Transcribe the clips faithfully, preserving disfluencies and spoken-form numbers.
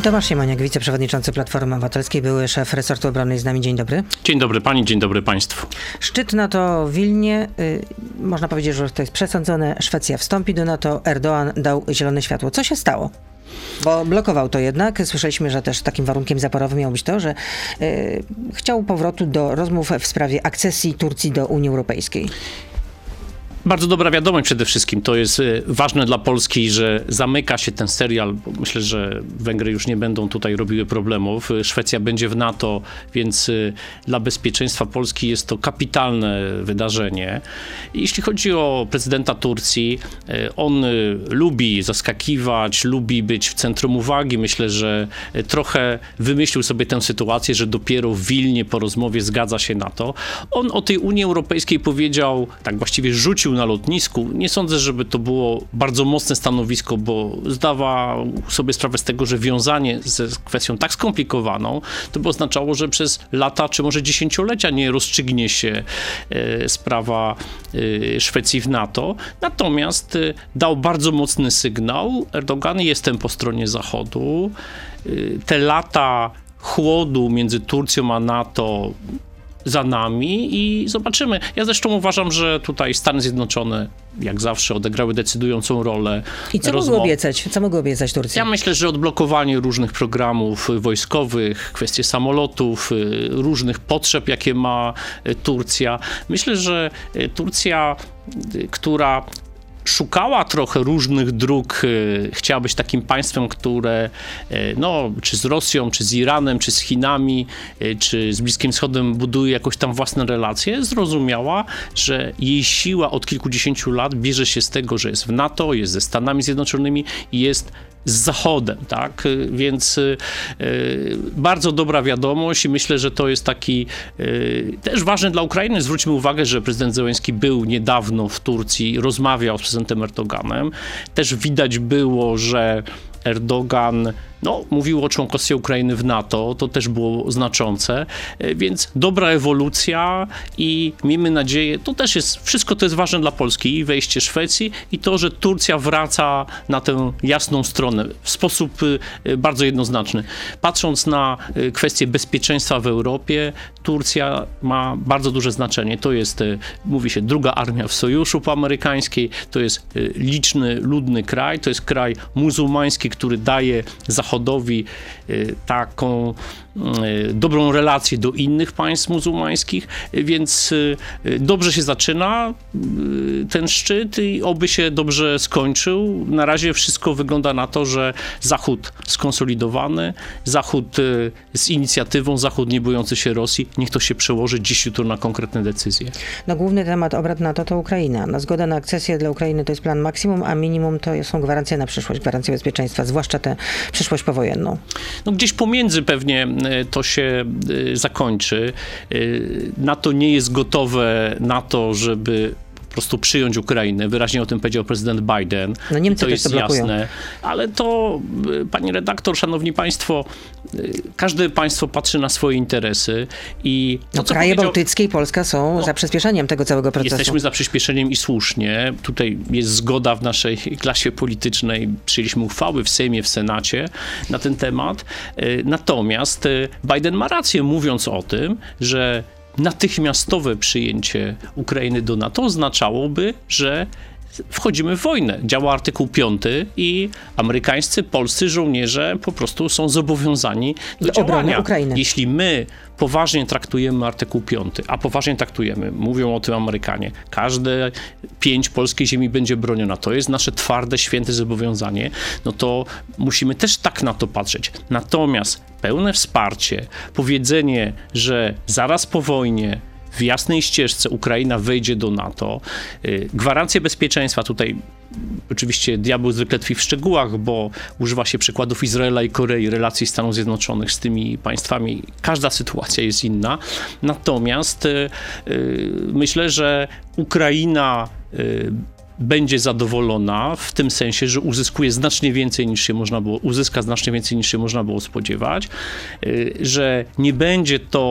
Tomasz Siemoniak, wiceprzewodniczący Platformy Obywatelskiej, były szef resortu obronnej z nami. Dzień dobry. Dzień dobry pani, dzień dobry państwu. Szczyt NATO w Wilnie. Y, można powiedzieć, że to jest przesądzone. Szwecja wstąpi do NATO. Erdoğan dał zielone światło. Co się stało? Bo blokował to jednak. Słyszeliśmy, że też takim warunkiem zaporowym miało być to, że y, chciał powrotu do rozmów w sprawie akcesji Turcji do Unii Europejskiej. Bardzo dobra wiadomość przede wszystkim. To jest ważne dla Polski, że zamyka się ten serial. Myślę, że Węgry już nie będą tutaj robiły problemów. Szwecja będzie w NATO, więc dla bezpieczeństwa Polski jest to kapitalne wydarzenie. Jeśli chodzi o prezydenta Turcji, on lubi zaskakiwać, lubi być w centrum uwagi. Myślę, że trochę wymyślił sobie tę sytuację, że dopiero w Wilnie po rozmowie zgadza się na to. On o tej Unii Europejskiej powiedział, tak właściwie rzucił na lotnisku. Nie sądzę, żeby to było bardzo mocne stanowisko, bo zdawał sobie sprawę z tego, że wiązanie ze kwestią tak skomplikowaną, to by oznaczało, że przez lata, czy może dziesięciolecia nie rozstrzygnie się e, sprawa e, Szwecji w NATO. Natomiast e, dał bardzo mocny sygnał. Erdoğan, jestem po stronie Zachodu. E, te lata chłodu między Turcją a NATO za nami i zobaczymy. Ja zresztą uważam, że tutaj Stany Zjednoczone jak zawsze odegrały decydującą rolę. I co mogły obiecać? Co mogły obiecać Turcji? Ja myślę, że odblokowanie różnych programów wojskowych, kwestie samolotów, różnych potrzeb, jakie ma Turcja. Myślę, że Turcja, która szukała trochę różnych dróg, chciała być takim państwem, które no, czy z Rosją, czy z Iranem, czy z Chinami, czy z Bliskim Wschodem buduje jakoś tam własne relacje, zrozumiała, że jej siła od kilkudziesięciu lat bierze się z tego, że jest w NATO, jest ze Stanami Zjednoczonymi i jest z Zachodem, tak? Więc y, y, bardzo dobra wiadomość i myślę, że to jest taki y, też ważny dla Ukrainy. Zwróćmy uwagę, że prezydent Zełenski był niedawno w Turcji, rozmawiał z prezydentem Erdoğanem. Też widać było, że Erdoğan no, mówił o członkostwie Ukrainy w NATO, to też było znaczące, więc dobra ewolucja i miejmy nadzieję, to też jest, wszystko to jest ważne dla Polski, i wejście Szwecji i to, że Turcja wraca na tę jasną stronę w sposób bardzo jednoznaczny. Patrząc na kwestie bezpieczeństwa w Europie, Turcja ma bardzo duże znaczenie. To jest, mówi się, druga armia w sojuszu poamerykańskiej, to jest liczny, ludny kraj, to jest kraj muzułmański, który daje Zachodowi taką dobrą relację do innych państw muzułmańskich, więc dobrze się zaczyna ten szczyt i oby się dobrze skończył. Na razie wszystko wygląda na to, że Zachód skonsolidowany, Zachód z inicjatywą, Zachód nie bojący się Rosji. Niech to się przełoży dziś, jutro na konkretne decyzje. No, główny temat obrad NATO to Ukraina. No, zgoda na akcesję dla Ukrainy to jest plan maksimum, a minimum to są gwarancje na przyszłość, gwarancje bezpieczeństwa, zwłaszcza tę przyszłość powojenną. No, gdzieś pomiędzy pewnie to się zakończy. NATO nie jest gotowe na to, żeby po prostu przyjąć Ukrainę. Wyraźnie o tym powiedział prezydent Biden. No Niemcy to też jest to blokują. Jasne. Ale to, pani redaktor, szanowni państwo, każde państwo patrzy na swoje interesy i to, no, co kraje powiedział... bałtyckie i Polska są no, za przyspieszeniem tego całego procesu. Jesteśmy za przyspieszeniem i słusznie. Tutaj jest zgoda w naszej klasie politycznej. Przyjęliśmy uchwały w Sejmie, w Senacie na ten temat. Natomiast Biden ma rację, mówiąc o tym, że natychmiastowe przyjęcie Ukrainy do NATO oznaczałoby, że wchodzimy w wojnę. Działa artykuł piąty i amerykańscy, polscy żołnierze po prostu są zobowiązani do, do działania. Ukrainy. Jeśli my poważnie traktujemy artykuł piąty, a poważnie traktujemy, mówią o tym Amerykanie, każde pięć polskiej ziemi będzie broniona, to jest nasze twarde, święte zobowiązanie, no to musimy też tak na to patrzeć. Natomiast pełne wsparcie, powiedzenie, że zaraz po wojnie w jasnej ścieżce Ukraina wejdzie do NATO. Gwarancje bezpieczeństwa, tutaj oczywiście diabeł zwykle tkwi w szczegółach, bo używa się przykładów Izraela i Korei, relacji Stanów Zjednoczonych z tymi państwami. Każda sytuacja jest inna. Natomiast yy, myślę, że Ukraina yy, będzie zadowolona w tym sensie, że uzyskuje znacznie więcej niż się można było, uzyska znacznie więcej niż się można było spodziewać, że nie będzie to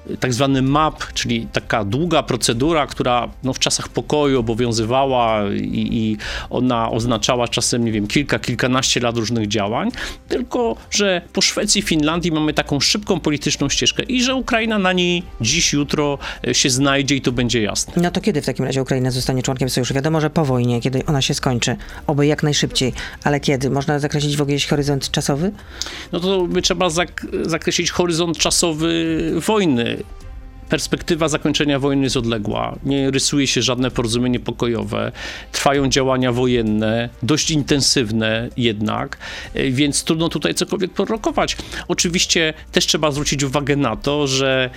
tak zwany map, czyli taka długa procedura, która no, w czasach pokoju obowiązywała i, i ona oznaczała czasem, nie wiem, kilka, kilkanaście lat różnych działań, tylko że po Szwecji, Finlandii mamy taką szybką polityczną ścieżkę i że Ukraina na niej dziś, jutro się znajdzie i to będzie jasne. No to kiedy w takim razie Ukraina zostanie członkiem sojuszu? Wiadomo, że po wojnie, kiedy ona się skończy, oby jak najszybciej, ale kiedy? Można zakreślić w ogóle jakiś horyzont czasowy? No to by trzeba zak- zakreślić horyzont czasowy wojny. Perspektywa zakończenia wojny jest odległa. Nie rysuje się żadne porozumienie pokojowe. Trwają działania wojenne, dość intensywne jednak, więc trudno tutaj cokolwiek prorokować. Oczywiście też trzeba zwrócić uwagę na to, że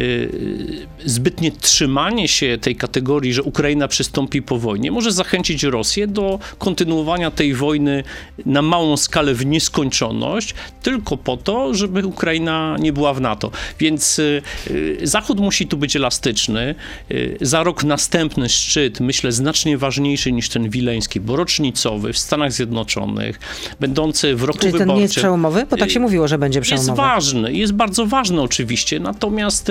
y, zbytnie trzymanie się tej kategorii, że Ukraina przystąpi po wojnie, może zachęcić Rosję do kontynuowania tej wojny na małą skalę w nieskończoność, tylko po to, żeby Ukraina nie była w NATO. Więc y, y, Zachód musi tu być elastyczny. Za rok następny szczyt, myślę, znacznie ważniejszy niż ten wileński, bo rocznicowy w Stanach Zjednoczonych, będący w roku Czyli wyborczym. ten nie jest przełomowy? Bo tak się mówiło, że będzie przełomowy. Jest ważny, jest bardzo ważny oczywiście, natomiast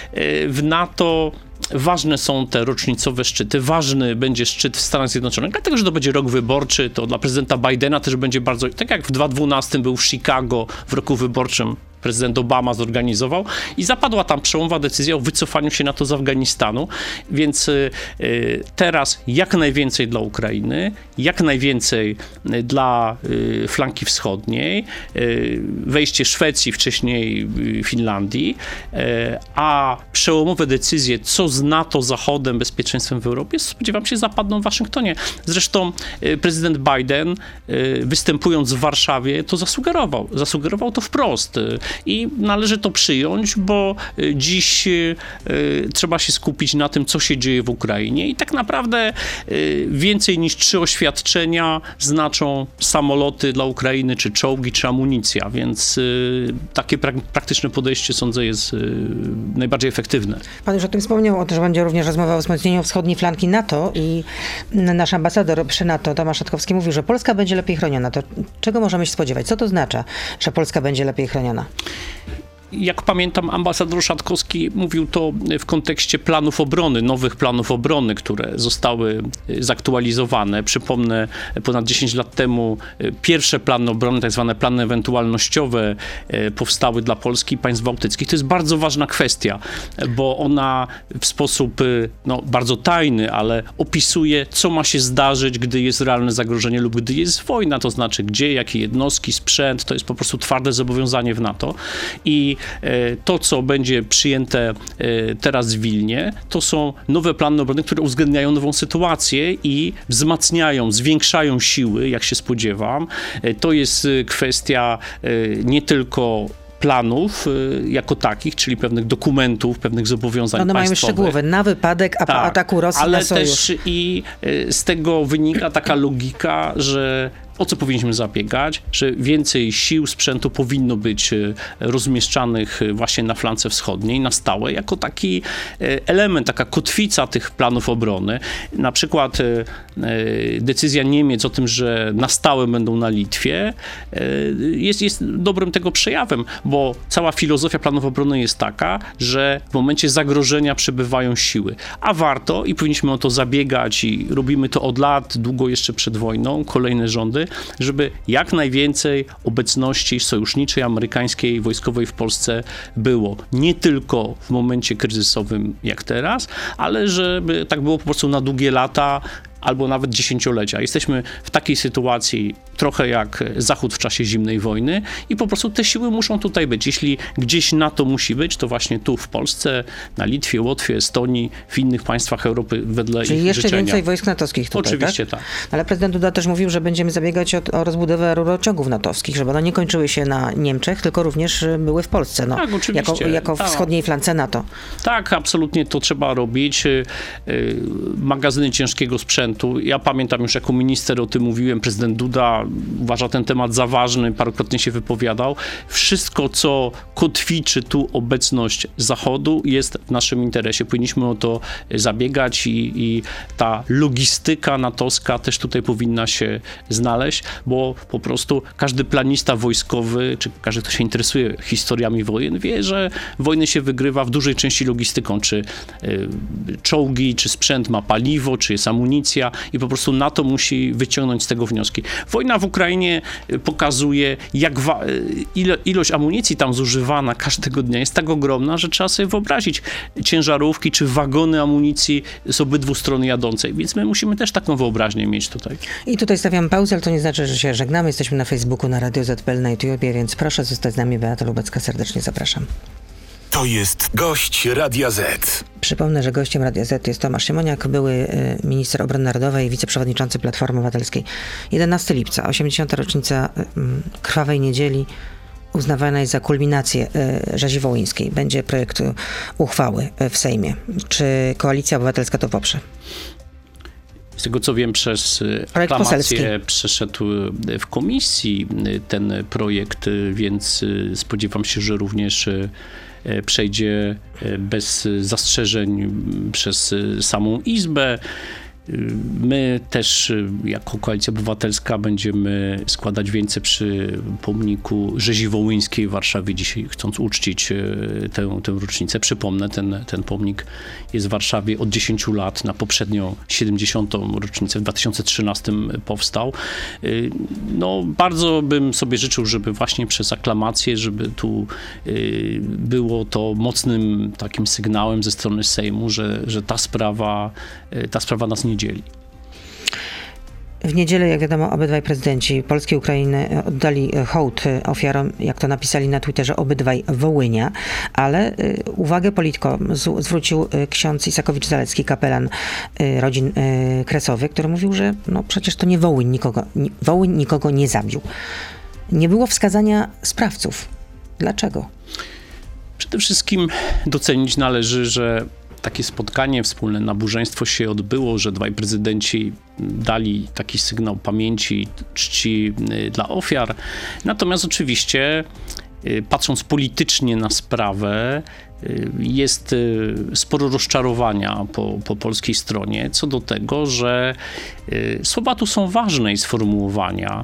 w NATO ważne są te rocznicowe szczyty. Ważny będzie szczyt w Stanach Zjednoczonych, dlatego, że to będzie rok wyborczy, to dla prezydenta Bidena też będzie bardzo, tak jak w dwa tysiące dwunastym był w Chicago w roku wyborczym, prezydent Obama zorganizował i zapadła tam przełomowa decyzja o wycofaniu się NATO z Afganistanu, więc y, y, teraz jak najwięcej dla Ukrainy, jak najwięcej dla y, flanki wschodniej, y, wejście Szwecji, wcześniej y, Finlandii, y, a przełomowe decyzje, co z NATO, Zachodem, bezpieczeństwem w Europie, spodziewam się, zapadną w Waszyngtonie. Zresztą y, prezydent Biden, y, występując w Warszawie, to zasugerował. Zasugerował to wprost. Y, I należy to przyjąć, bo dziś y, trzeba się skupić na tym, co się dzieje w Ukrainie i tak naprawdę y, więcej niż trzy oświadczenia znaczą samoloty dla Ukrainy, czy czołgi, czy amunicja, więc y, takie pra- praktyczne podejście, sądzę, jest y, najbardziej efektywne. Pan już o tym wspomniał, o tym, że będzie również rozmowa o wzmocnieniu wschodniej flanki NATO i nasz ambasador przy NATO, Tomasz Szatkowski, mówił, że Polska będzie lepiej chroniona. To czego możemy się spodziewać? Co to oznacza, że Polska będzie lepiej chroniona? Jak pamiętam, ambasador Szatkowski mówił to w kontekście planów obrony, nowych planów obrony, które zostały zaktualizowane. Przypomnę, ponad dziesięć lat temu pierwsze plany obrony, tak zwane plany ewentualnościowe, powstały dla Polski i państw bałtyckich. To jest bardzo ważna kwestia, bo ona w sposób no, bardzo tajny, ale opisuje, co ma się zdarzyć, gdy jest realne zagrożenie lub gdy jest wojna, to znaczy gdzie, jakie jednostki, sprzęt, to jest po prostu twarde zobowiązanie w NATO. I to, co będzie przyjęte teraz w Wilnie, to są nowe plany obrony, które uwzględniają nową sytuację i wzmacniają, zwiększają siły, jak się spodziewam. To jest kwestia nie tylko planów jako takich, czyli pewnych dokumentów, pewnych zobowiązań One państwowych. mają szczegółowe, na wypadek tak, ataku Rosji ale na sojusz. też i z tego wynika taka logika, że o co powinniśmy zabiegać, że więcej sił, sprzętu powinno być rozmieszczanych właśnie na flance wschodniej, na stałe, jako taki element, taka kotwica tych planów obrony. Na przykład decyzja Niemiec o tym, że na stałe będą na Litwie, jest, jest dobrym tego przejawem, bo cała filozofia planów obrony jest taka, że w momencie zagrożenia przybywają siły. A warto i powinniśmy o to zabiegać i robimy to od lat, długo jeszcze przed wojną, kolejne rządy, żeby jak najwięcej obecności sojuszniczej, amerykańskiej, wojskowej w Polsce było. Nie tylko w momencie kryzysowym jak teraz, ale żeby tak było po prostu na długie lata, albo nawet dziesięciolecia. Jesteśmy w takiej sytuacji trochę jak Zachód w czasie zimnej wojny i po prostu te siły muszą tutaj być. Jeśli gdzieś NATO musi być, to właśnie tu w Polsce, na Litwie, Łotwie, Estonii, w innych państwach Europy wedle Czyli ich jeszcze życzenia. więcej wojsk natowskich tutaj, Oczywiście tak? tak. Ale prezydent Duda też mówił, że będziemy zabiegać o, o rozbudowę rurociągów natowskich, żeby one nie kończyły się na Niemczech, tylko również były w Polsce. No, tak, oczywiście. Jako, jako w tak. wschodniej flance NATO. Tak, absolutnie to trzeba robić. Magazyny ciężkiego sprzętu sprzętu. Ja pamiętam już jako minister o tym mówiłem, prezydent Duda uważa ten temat za ważny, parokrotnie się wypowiadał. Wszystko, co kotwiczy tu obecność Zachodu, jest w naszym interesie. Powinniśmy o to zabiegać i, i ta logistyka natowska też tutaj powinna się znaleźć, bo po prostu każdy planista wojskowy, czy każdy, kto się interesuje historiami wojen, wie, że wojny się wygrywa w dużej części logistyką, czy y, czołgi, czy sprzęt ma paliwo, czy jest amunicja i po prostu NATO musi wyciągnąć z tego wnioski. Wojna w Ukrainie pokazuje, jak wa- ilo- ilość amunicji tam zużywana każdego dnia jest tak ogromna, że trzeba sobie wyobrazić ciężarówki, czy wagony amunicji z obydwu stron jadącej, więc my musimy też taką wyobraźnię mieć tutaj. I tutaj stawiam pauzę, ale to nie znaczy, że się żegnamy. Jesteśmy na Facebooku, na Radio Z P L, na YouTubie, więc proszę zostać z nami. Beata Lubecka, serdecznie zapraszam. To jest gość Radia Z. Przypomnę, że gościem Radia Z jest Tomasz Siemoniak, były minister obrony narodowej i wiceprzewodniczący Platformy Obywatelskiej. jedenastego lipca, osiemdziesiąta rocznica Krwawej Niedzieli, uznawana jest za kulminację rzezi wołyńskiej. Będzie projekt uchwały w Sejmie. Czy Koalicja Obywatelska to poprze? Z tego co wiem, przez aklamację przeszedł w komisji ten projekt, więc spodziewam się, że również przejdzie bez zastrzeżeń przez samą Izbę. My też jako Koalicja Obywatelska będziemy składać wieńce przy pomniku rzezi wołyńskiej w Warszawie dzisiaj, chcąc uczcić tę, tę rocznicę. Przypomnę, ten, ten pomnik jest w Warszawie od dziesięciu lat, na poprzednią siedemdziesiątą rocznicę w dwa tysiące trzynastym powstał. No, bardzo bym sobie życzył, żeby właśnie przez aklamację, żeby tu było to mocnym takim sygnałem ze strony Sejmu, że, że ta sprawa, ta sprawa nas nie dzieli. W niedzielę, jak wiadomo, obydwaj prezydenci Polski i Ukrainy oddali hołd ofiarom, jak to napisali na Twitterze, obydwaj Wołynia, ale y, uwagę politykom z, zwrócił y, ksiądz Isakowicz-Zalecki, kapelan y, rodzin y, Kresowych, który mówił, że no przecież to nie Wołyń nikogo, nie, Wołyń nikogo nie zabił. Nie było wskazania sprawców. Dlaczego? Przede wszystkim docenić należy, że takie spotkanie, wspólne nabożeństwo się odbyło, że dwaj prezydenci dali taki sygnał pamięci, czci dla ofiar. Natomiast oczywiście, patrząc politycznie na sprawę, jest sporo rozczarowania po, po polskiej stronie co do tego, że słowa tu są ważne i sformułowania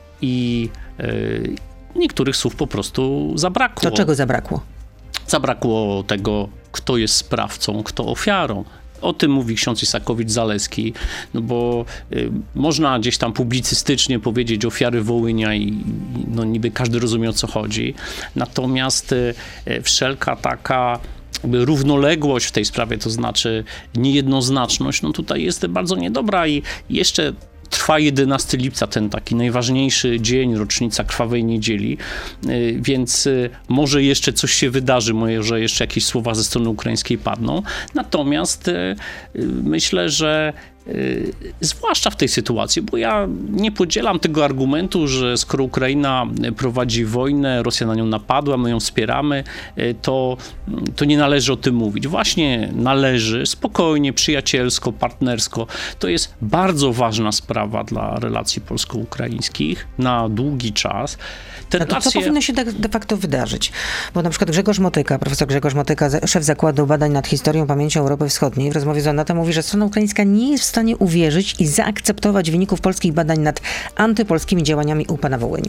i niektórych słów po prostu zabrakło. To czego zabrakło? Zabrakło tego, kto jest sprawcą, kto ofiarą. O tym mówi ksiądz Isakowicz-Zaleski, no bo y, można gdzieś tam publicystycznie powiedzieć ofiary Wołynia i no niby każdy rozumie, o co chodzi. Natomiast y, wszelka taka jakby równoległość w tej sprawie, to znaczy niejednoznaczność, no tutaj jest bardzo niedobra i jeszcze trwa jedenastego lipca, ten taki najważniejszy dzień, rocznica Krwawej Niedzieli, więc może jeszcze coś się wydarzy, może jeszcze jakieś słowa ze strony ukraińskiej padną. Natomiast myślę, że zwłaszcza w tej sytuacji, bo ja nie podzielam tego argumentu, że skoro Ukraina prowadzi wojnę, Rosja na nią napadła, my ją wspieramy, to, to nie należy o tym mówić. Właśnie należy, spokojnie, przyjacielsko, partnersko. To jest bardzo ważna sprawa dla relacji polsko-ukraińskich na długi czas. Te A to relacje... co powinno się de, de facto wydarzyć? Bo na przykład Grzegorz Motyka, profesor Grzegorz Motyka, szef Zakładu Badań nad Historią Pamięcią Europy Wschodniej, w rozmowie z Onetem mówi, że strona ukraińska nie jest w stanie uwierzyć i zaakceptować wyników polskich badań nad antypolskimi działaniami U P A na Wołyniu.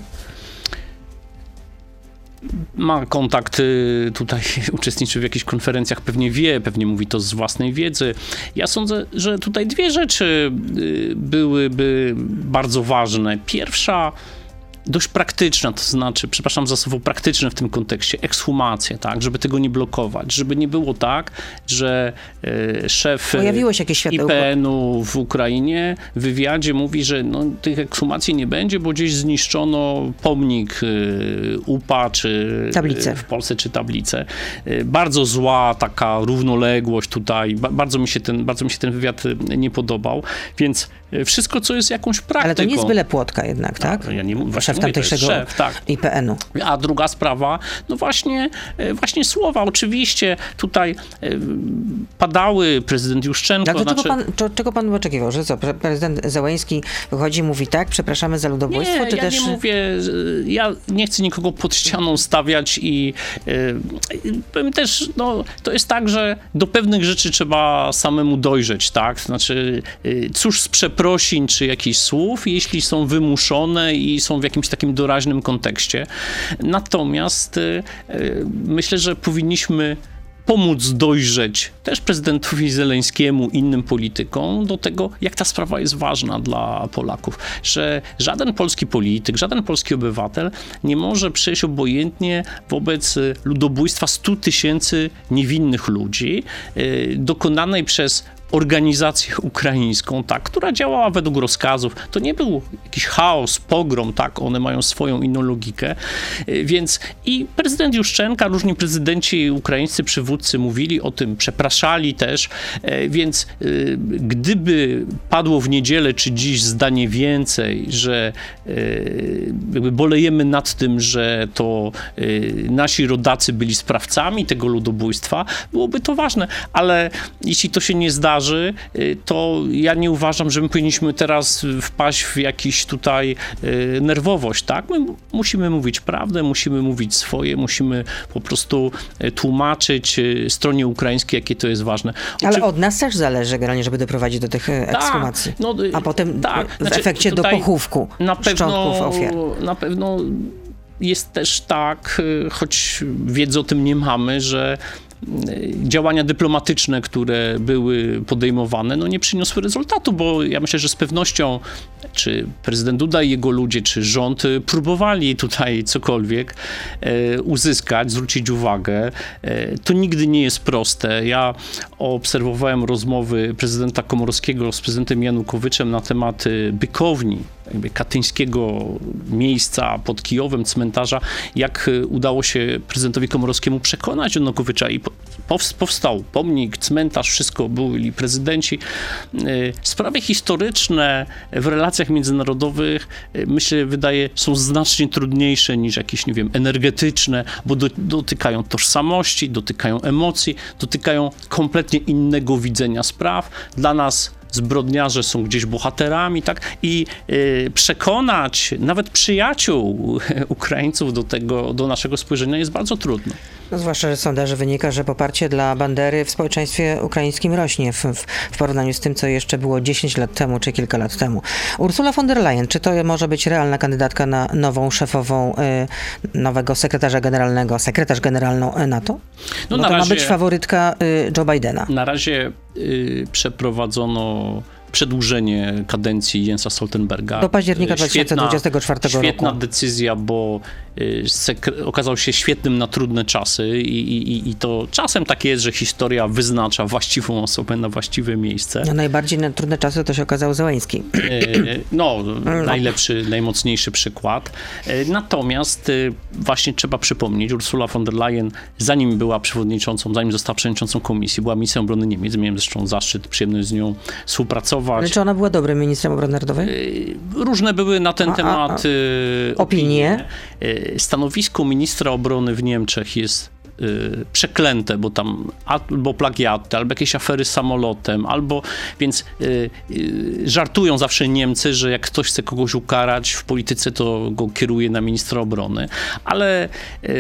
Ma kontakt, tutaj uczestniczy w jakichś konferencjach, pewnie wie, pewnie mówi to z własnej wiedzy. Ja sądzę, że tutaj dwie rzeczy byłyby bardzo ważne. Pierwsza, dość praktyczna, to znaczy, przepraszam za słowo praktyczne w tym kontekście, ekshumację, tak, żeby tego nie blokować, żeby nie było tak, że e, szef I P N-u w Ukrainie w wywiadzie mówi, że no, tych ekshumacji nie będzie, bo gdzieś zniszczono pomnik e, U P A, czy tablicę. E, w Polsce, czy tablicę. E, bardzo zła taka równoległość tutaj, ba, bardzo mi się ten, bardzo mi się ten wywiad nie podobał, więc wszystko, co jest jakąś praktyką. Ale to nie jest byle Płotka jednak, tak? No, ja nie mówię, Szef mówię, to jest tamtejszego szef, tak. I P N u. A druga sprawa, no właśnie, właśnie słowa. Oczywiście tutaj padały, prezydent Juszczenko. Ale to znaczy... czego, pan, to, czego pan oczekiwał? Że co, prezydent Zełenski wychodzi i mówi tak, przepraszamy za ludobójstwo? Nie, czy ja też... nie mówię, ja nie chcę nikogo pod ścianą stawiać i yy, powiem też, no, to jest tak, że do pewnych rzeczy trzeba samemu dojrzeć, tak? Znaczy, yy, cóż z przeprosin czy jakichś słów, jeśli są wymuszone i są w jakimś takim doraźnym kontekście. Natomiast yy, yy, myślę, że powinniśmy pomóc dojrzeć też prezydentowi Zeleńskiemu, innym politykom do tego, jak ta sprawa jest ważna dla Polaków. Że żaden polski polityk, żaden polski obywatel nie może przejść obojętnie wobec ludobójstwa stu tysięcy niewinnych ludzi, yy, dokonanej przez organizację ukraińską, tak, która działała według rozkazów. To nie był jakiś chaos, pogrom, tak, one mają swoją inną logikę. Więc i prezydent Juszczenka, różni prezydenci ukraińscy, przywódcy mówili o tym, przepraszali też, więc gdyby padło w niedzielę czy dziś zdanie więcej, że jakby bolejemy nad tym, że to nasi rodacy byli sprawcami tego ludobójstwa, byłoby to ważne, ale jeśli to się nie zdarzy, to ja nie uważam, że my powinniśmy teraz wpaść w jakiś tutaj y, nerwowość, tak? My musimy mówić prawdę, musimy mówić swoje, musimy po prostu tłumaczyć y, stronie ukraińskiej, jakie to jest ważne. Ale Czy... od nas też zależy generalnie, żeby doprowadzić do tych ekshumacji. Tak, no, a potem tak, w znaczy, efekcie do pochówku na pewno, szczątków ofiar. Na pewno jest też tak, choć wiedzy o tym nie mamy, że działania dyplomatyczne, które były podejmowane, no nie przyniosły rezultatu, bo ja myślę, że z pewnością czy prezydent Duda i jego ludzie, czy rząd próbowali tutaj cokolwiek e, uzyskać, zwrócić uwagę. E, to nigdy nie jest proste. Ja obserwowałem rozmowy prezydenta Komorowskiego z prezydentem Janukowiczem na temat Bykowni, jakby katyńskiego miejsca pod Kijowem, cmentarza, jak udało się prezydentowi Komorowskiemu przekonać Janukowycza i powstał pomnik, cmentarz, wszystko, byli prezydenci. Sprawy historyczne w relacjach międzynarodowych, myślę, wydaje, są znacznie trudniejsze niż jakieś, nie wiem, energetyczne, bo do, dotykają tożsamości, dotykają emocji, dotykają kompletnie innego widzenia spraw. Dla nas zbrodniarze są gdzieś bohaterami, tak? I y, przekonać nawet przyjaciół Ukraińców do tego, do naszego spojrzenia jest bardzo trudno. No, zwłaszcza, że z sondaży wynika, że poparcie dla Bandery w społeczeństwie ukraińskim rośnie w, w, w porównaniu z tym, co jeszcze było dziesięć lat temu, czy kilka lat temu. Ursula von der Leyen, czy to może być realna kandydatka na nową szefową y, nowego sekretarza generalnego, sekretarz generalną NATO? No, Bo na to razie, ma być faworytka y, Joe Bidena. Na razie y, przeprowadzono przedłużenie kadencji Jensa Stoltenberga. Do października dwa tysiące dwudziestego czwartego świetna, roku. Świetna decyzja, bo sekre- okazał się świetnym na trudne czasy i, i, i to czasem tak jest, że historia wyznacza właściwą osobę na właściwe miejsce. No, najbardziej na trudne czasy to się okazał Zełenski. No, najlepszy, najmocniejszy przykład. Natomiast właśnie trzeba przypomnieć, Ursula von der Leyen, zanim była przewodniczącą, zanim została przewodniczącą komisji, była ministrem obrony Niemiec, miałem zresztą zaszczyt, przyjemność z nią współpracować. Ale czy ona była dobrym ministrem obrony narodowej? Różne były na ten a, temat a, a. opinie. opinie. Stanowisko ministra obrony w Niemczech jest y, przeklęte, bo tam albo plagiaty, albo jakieś afery z samolotem, albo, więc y, y, żartują zawsze Niemcy, że jak ktoś chce kogoś ukarać w polityce, to go kieruje na ministra obrony, ale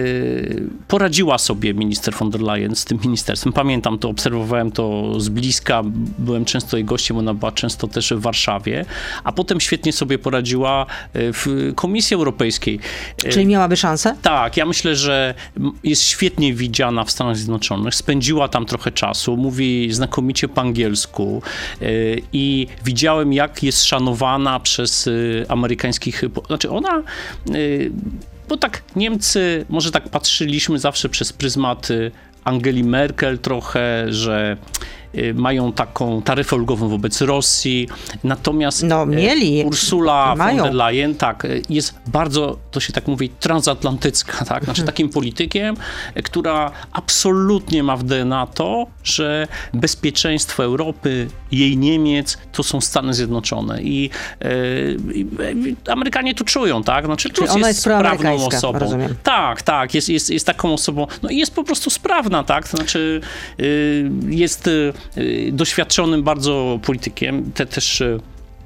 y, poradziła sobie minister von der Leyen z tym ministerstwem. Pamiętam to, obserwowałem to z bliska, byłem często jej gościem, ona była często też w Warszawie, a potem świetnie sobie poradziła w Komisji Europejskiej. Czyli miałaby szansę? Tak, ja myślę, że jest świetnie widziana w Stanach Zjednoczonych, spędziła tam trochę czasu, mówi znakomicie po angielsku yy, i widziałem, jak jest szanowana przez yy, amerykańskich, znaczy ona, yy, bo tak Niemcy, może tak patrzyliśmy zawsze przez pryzmat Angeli Merkel trochę, że mają taką taryfę ulgową wobec Rosji, natomiast No, mieli. Ursula Mają. von der Leyen, tak, jest bardzo, to się tak mówi, transatlantycka, tak, znaczy takim politykiem, która absolutnie ma w D N A to, że bezpieczeństwo Europy, jej Niemiec, to są Stany Zjednoczone i, e, i Amerykanie to czują, tak, znaczy Tusk ona jest jest sprawną proamerykańska, osobą. rozumiem. Tak, tak, jest, jest, jest taką osobą, no i jest po prostu sprawna, tak, to znaczy y, jest y, doświadczonym bardzo politykiem, te też y,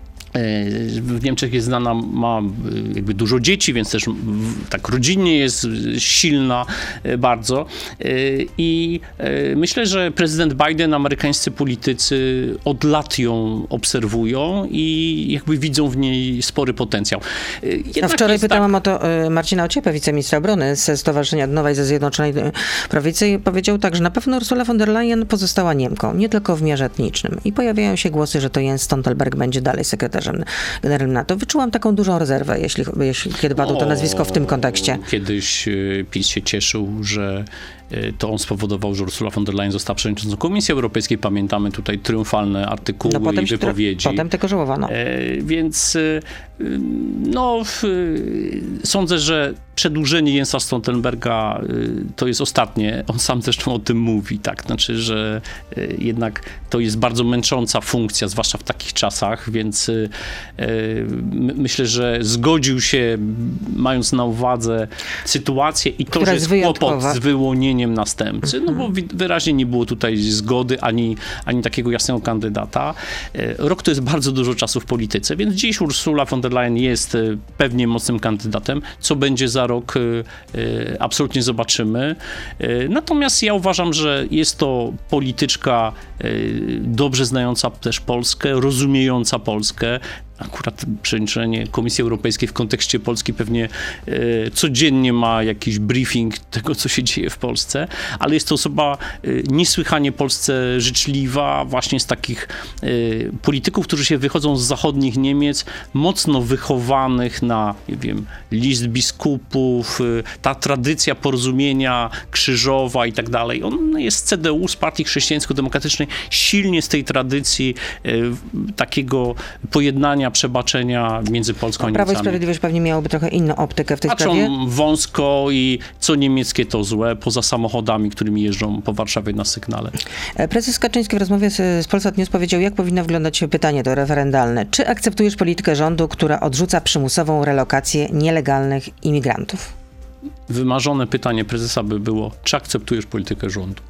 w Niemczech jest znana, ma jakby dużo dzieci, więc też tak rodzinnie jest silna bardzo. I myślę, że prezydent Biden, amerykańscy politycy od lat ją obserwują i jakby widzą w niej spory potencjał. A wczoraj pytałam tak... o to Marcina Ociepę, wiceministra obrony ze Stowarzyszenia Nowej ze Zjednoczonej Prawicy i powiedział tak, że na pewno Ursula von der Leyen pozostała Niemką, nie tylko w wymiarze etnicznym. I pojawiają się głosy, że to Jens Stoltenberg będzie dalej sekretarzem generalnym NATO. Wyczułam taką dużą rezerwę, jeśli, jeśli kiedy padło to nazwisko w tym kontekście. Kiedyś PiS się cieszył, że to on spowodował, że Ursula von der Leyen została przewodniczącą Komisji Europejskiej. Pamiętamy tutaj triumfalne artykuły no, potem i wypowiedzi. Potem tylko żałowano. E, więc no, w, sądzę, że przedłużenie Jensa Stoltenberga to jest ostatnie. On sam zresztą o tym mówi, tak? Znaczy, że jednak to jest bardzo męcząca funkcja, zwłaszcza w takich czasach, więc e, my, myślę, że zgodził się, mając na uwadze sytuację i to, która że jest kłopot z wyłonieniem następcy, no bo wyraźnie nie było tutaj zgody ani, ani takiego jasnego kandydata. Rok to jest bardzo dużo czasu w polityce, więc dziś Ursula von der Leyen jest pewnie mocnym kandydatem. Co będzie za rok, absolutnie zobaczymy. Natomiast ja uważam, że jest to polityczka dobrze znająca też Polskę, rozumiejąca Polskę. Akurat przewodniczącie Komisji Europejskiej w kontekście Polski pewnie e, codziennie ma jakiś briefing tego, co się dzieje w Polsce, ale jest to osoba e, niesłychanie Polsce życzliwa, właśnie z takich e, polityków, którzy się wychodzą z zachodnich Niemiec, mocno wychowanych na, nie wiem, list biskupów, e, ta tradycja porozumienia krzyżowa i tak dalej. On jest z C D U, z Partii Chrześcijańsko-Demokratycznej, silnie z tej tradycji e, takiego pojednania, przebaczenia między Polską a Niemcami. Prawo i Sprawiedliwość pewnie miałoby trochę inną optykę w tej Patrzą sprawie. wąsko i co niemieckie to złe, poza samochodami, którymi jeżdżą po Warszawie na sygnale. Prezes Kaczyński w rozmowie z, z Polsat News powiedział, jak powinno wyglądać pytanie to referendalne. Czy akceptujesz politykę rządu, która odrzuca przymusową relokację nielegalnych imigrantów? Wymarzone pytanie prezesa by było, czy akceptujesz politykę rządu?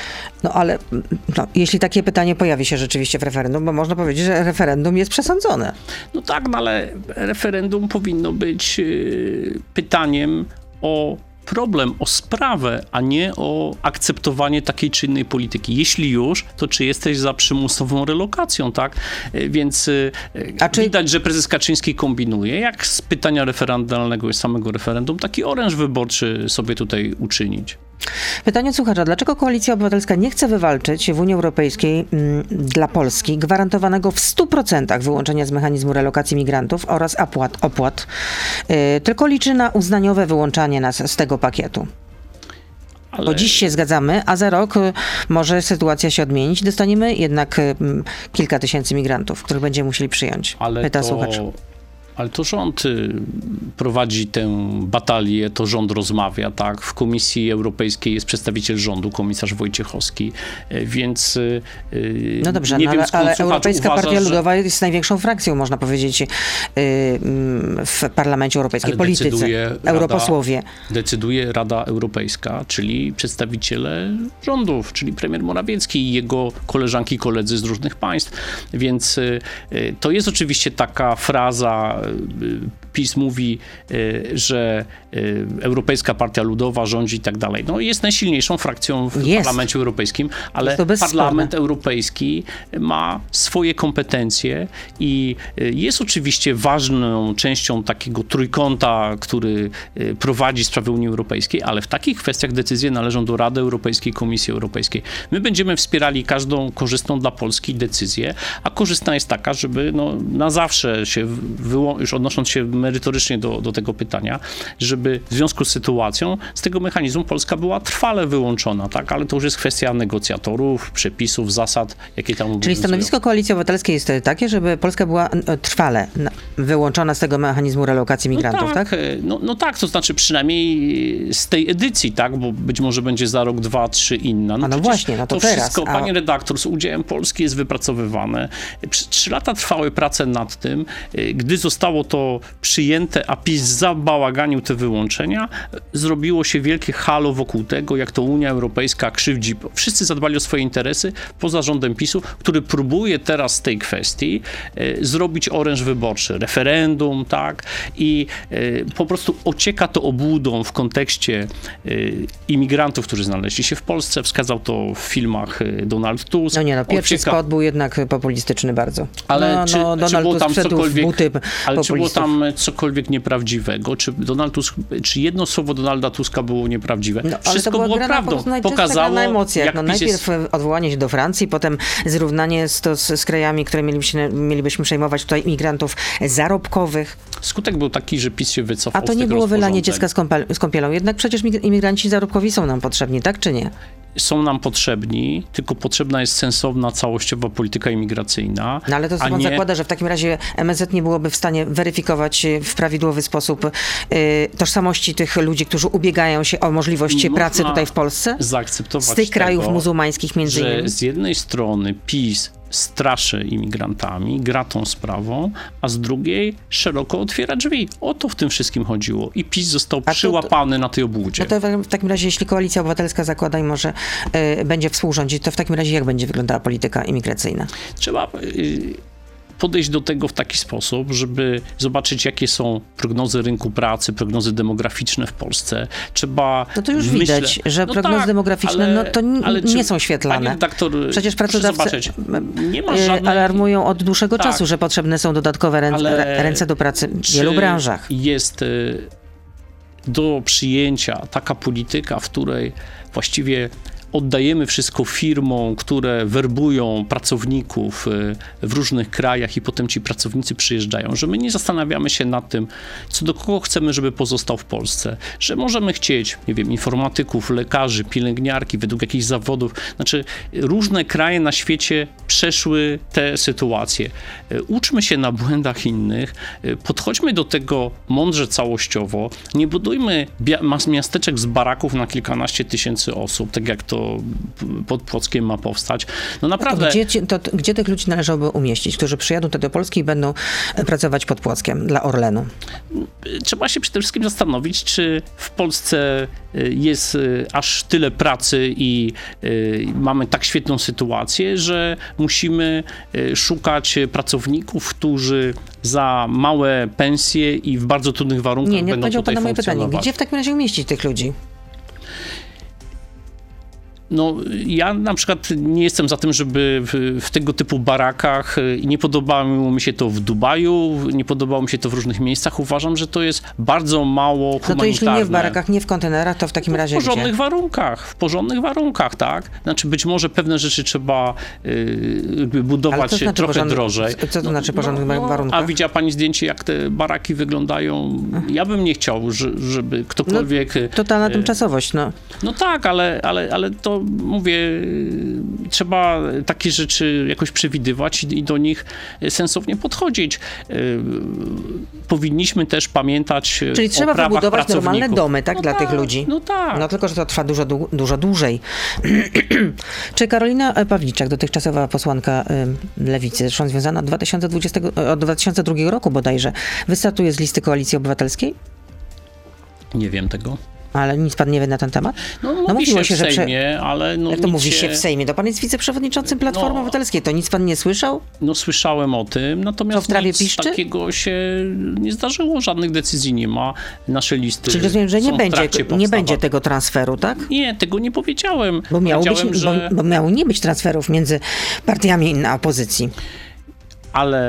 No ale no, jeśli takie pytanie pojawi się rzeczywiście w referendum, bo można powiedzieć, że referendum jest przesądzone. No tak, no ale referendum powinno być yy, pytaniem o problem, o sprawę, a nie o akceptowanie takiej czy innej polityki. Jeśli już, to czy jesteś za przymusową relokacją, tak? Więc a czy... widać, że prezes Kaczyński kombinuje, jak z pytania referendalnego i samego referendum, taki oręż wyborczy sobie tutaj uczynić. Pytanie od słuchacza. Dlaczego Koalicja Obywatelska nie chce wywalczyć w Unii Europejskiej m, dla Polski gwarantowanego w stu procentach wyłączenia z mechanizmu relokacji migrantów oraz opłat, opłat yy, tylko liczy na uznaniowe wyłączanie nas z tego pakietu? Ale... Bo dziś się zgadzamy, a za rok y, może sytuacja się odmienić. Dostaniemy jednak y, kilka tysięcy migrantów, których będziemy musieli przyjąć. Ale Pyta to... słuchacz. Ale to rząd prowadzi tę batalię, to rząd rozmawia, tak? W Komisji Europejskiej jest przedstawiciel rządu, komisarz Wojciechowski, więc no dobrze, nie no, wiem, ale, ale Europejska uważa, Partia że... Ludowa jest największą frakcją, można powiedzieć, w Parlamencie Europejskim, ale politycy, europosłowie. Rada, decyduje Rada Europejska, czyli przedstawiciele rządów, czyli premier Morawiecki i jego koleżanki, koledzy z różnych państw, więc to jest oczywiście taka fraza. PiS mówi, że Europejska Partia Ludowa rządzi i tak dalej. No jest najsilniejszą frakcją w jest. Parlamencie Europejskim, ale Parlament Europejski ma swoje kompetencje i jest oczywiście ważną częścią takiego trójkąta, który prowadzi sprawy Unii Europejskiej, ale w takich kwestiach decyzje należą do Rady Europejskiej, Komisji Europejskiej. My będziemy wspierali każdą korzystną dla Polski decyzję, a korzystna jest taka, żeby no, na zawsze się, wyło- już odnosząc się merytorycznie do, do tego pytania, żeby w związku z sytuacją z tego mechanizmu Polska była trwale wyłączona, tak? Ale to już jest kwestia negocjatorów, przepisów, zasad, jakie tam obowiązują. Czyli stanowisko Koalicji Obywatelskiej jest takie, żeby Polska była trwale wyłączona z tego mechanizmu relokacji migrantów, no tak? tak? No, no tak, to znaczy przynajmniej z tej edycji, tak? Bo być może będzie za rok, dwa, trzy inna. No, a no właśnie, no to, to teraz. wszystko, a... pani redaktor, z udziałem Polski jest wypracowywane. Trzy lata trwały prace nad tym. Gdy zostało to przyjęte, a PiS zabałaganił te wyłączenia, zrobiło się wielkie halo wokół tego, jak to Unia Europejska krzywdzi. Wszyscy zadbali o swoje interesy, poza rządem PiSu, który próbuje teraz z tej kwestii e, zrobić oręż wyborczy, referendum, tak? I e, po prostu ocieka to obłudą w kontekście e, imigrantów, którzy znaleźli się w Polsce. Wskazał to w filmach e, Donald Tusk. No nie, no pierwszy ocieka... spot był jednak populistyczny bardzo. Ale no, czy, no, czy Donald było Tusk tam wszedł cokolwiek, w buty ale czy było populistów. tam cokolwiek nieprawdziwego? Czy Donald Tusk, czy jedno słowo Donalda Tuska było nieprawdziwe? No, Wszystko to była było gra prawdą. Na, Pokazało, na emocjach. jak No, PiS najpierw jest... odwołanie się do Francji, potem zrównanie z, to z, z krajami, które mielibyśmy, mielibyśmy przejmować tutaj imigrantów zarobkowych. Skutek był taki, że PiS się wycofał A to z nie tego było wylanie rozporządzenia. dziecka z, kąpel, z kąpielą. Jednak przecież imigranci zarobkowi są nam potrzebni, tak czy nie? Są nam potrzebni, tylko potrzebna jest sensowna, całościowa polityka imigracyjna. No ale to a pan nie... zakłada, że w takim razie M S Z nie byłoby w stanie weryfikować w prawidłowy sposób y, tożsamości tych ludzi, którzy ubiegają się o możliwość pracy tutaj w Polsce? Zaakceptować z tych krajów tego, muzułmańskich między że innymi. z jednej strony PiS straszy imigrantami, gra tą sprawą, a z drugiej szeroko otwiera drzwi. O to w tym wszystkim chodziło. I PiS został to, przyłapany na tej obłudzie. No to w takim razie, jeśli Koalicja Obywatelska zakłada i może y, będzie współrządzić, to w takim razie jak będzie wyglądała polityka imigracyjna? Trzeba y, podejść do tego w taki sposób, żeby zobaczyć, jakie są prognozy rynku pracy, prognozy demograficzne w Polsce. Trzeba No to już myślę, widać, że no prognozy tak, demograficzne ale, no to n- ale nie czy, są świetlane. Redaktor, Przecież pracodawcy zobaczyć, nie ma y, żadnej... alarmują od dłuższego tak, czasu, że potrzebne są dodatkowe ręce, ale ręce do pracy w wielu branżach. Jest y, do przyjęcia taka polityka, w której właściwie oddajemy wszystko firmom, które werbują pracowników w różnych krajach i potem ci pracownicy przyjeżdżają, że my nie zastanawiamy się nad tym, co do kogo chcemy, żeby pozostał w Polsce, że możemy chcieć, nie wiem, informatyków, lekarzy, pielęgniarki, według jakichś zawodów. Znaczy, różne kraje na świecie przeszły te sytuacje. Uczmy się na błędach innych, podchodźmy do tego mądrze, całościowo, nie budujmy miasteczek z baraków na kilkanaście tysięcy osób, tak jak to pod Płockiem ma powstać. No naprawdę... To gdzie, to, gdzie tych ludzi należałoby umieścić, którzy przyjadą tutaj do Polski i będą pracować pod Płockiem dla Orlenu? Trzeba się przede wszystkim zastanowić, czy w Polsce jest aż tyle pracy i mamy tak świetną sytuację, że musimy szukać pracowników, którzy za małe pensje i w bardzo trudnych warunkach nie, nie będą tutaj pan na moje funkcjonować. pytanie. Gdzie w takim razie umieścić tych ludzi? No, ja na przykład nie jestem za tym, żeby w, w tego typu barakach, i nie podobało mi się to w Dubaju, nie podobało mi się to w różnych miejscach. Uważam, że to jest bardzo mało humanitarne. No to jeśli nie w barakach, nie w kontenerach, to w takim no, razie w porządnych gdzie? warunkach, w porządnych warunkach, tak? Znaczy być może pewne rzeczy trzeba yy, budować to znaczy trochę porządny, drożej. Co to znaczy porządnych no, warunkach? A widziała pani zdjęcie, jak te baraki wyglądają? Ja bym nie chciał, żeby ktokolwiek... No, totalna tymczasowość, no. No tak, ale, ale, ale to mówię, trzeba takie rzeczy jakoś przewidywać i, i do nich sensownie podchodzić. Powinniśmy też pamiętać Czyli o trzeba prawach wybudować normalne pracowników. domy, tak, no dla tak, tych ludzi. No tak. No tylko, że to trwa dużo, du- dużo dłużej. Czy Karolina Pawliczak, dotychczasowa posłanka y, Lewicy, zresztą związana od, dwa tysiące dwudziestego, od dwa tysiące drugiego roku bodajże, wystartuje z listy Koalicji Obywatelskiej? Nie wiem tego. Ale nic pan nie wie na ten temat? No, no mówi mówiło się, się, w że prze... Sejmie, ale no Jak to nic mówi się... się w Sejmie? To pan jest wiceprzewodniczącym Platformy No. Obywatelskiej. To nic pan nie słyszał? No słyszałem o tym, natomiast To w trawie nic piszczy? takiego się nie zdarzyło, żadnych decyzji nie ma. Nasze listy Czyli rozumiem, że nie są w będzie, trakcie nie powstawania. będzie tego transferu, tak? Nie, tego nie powiedziałem. Bo miało, być, powiedziałem, że... bo, bo miało nie być transferów między partiami na opozycji. Ale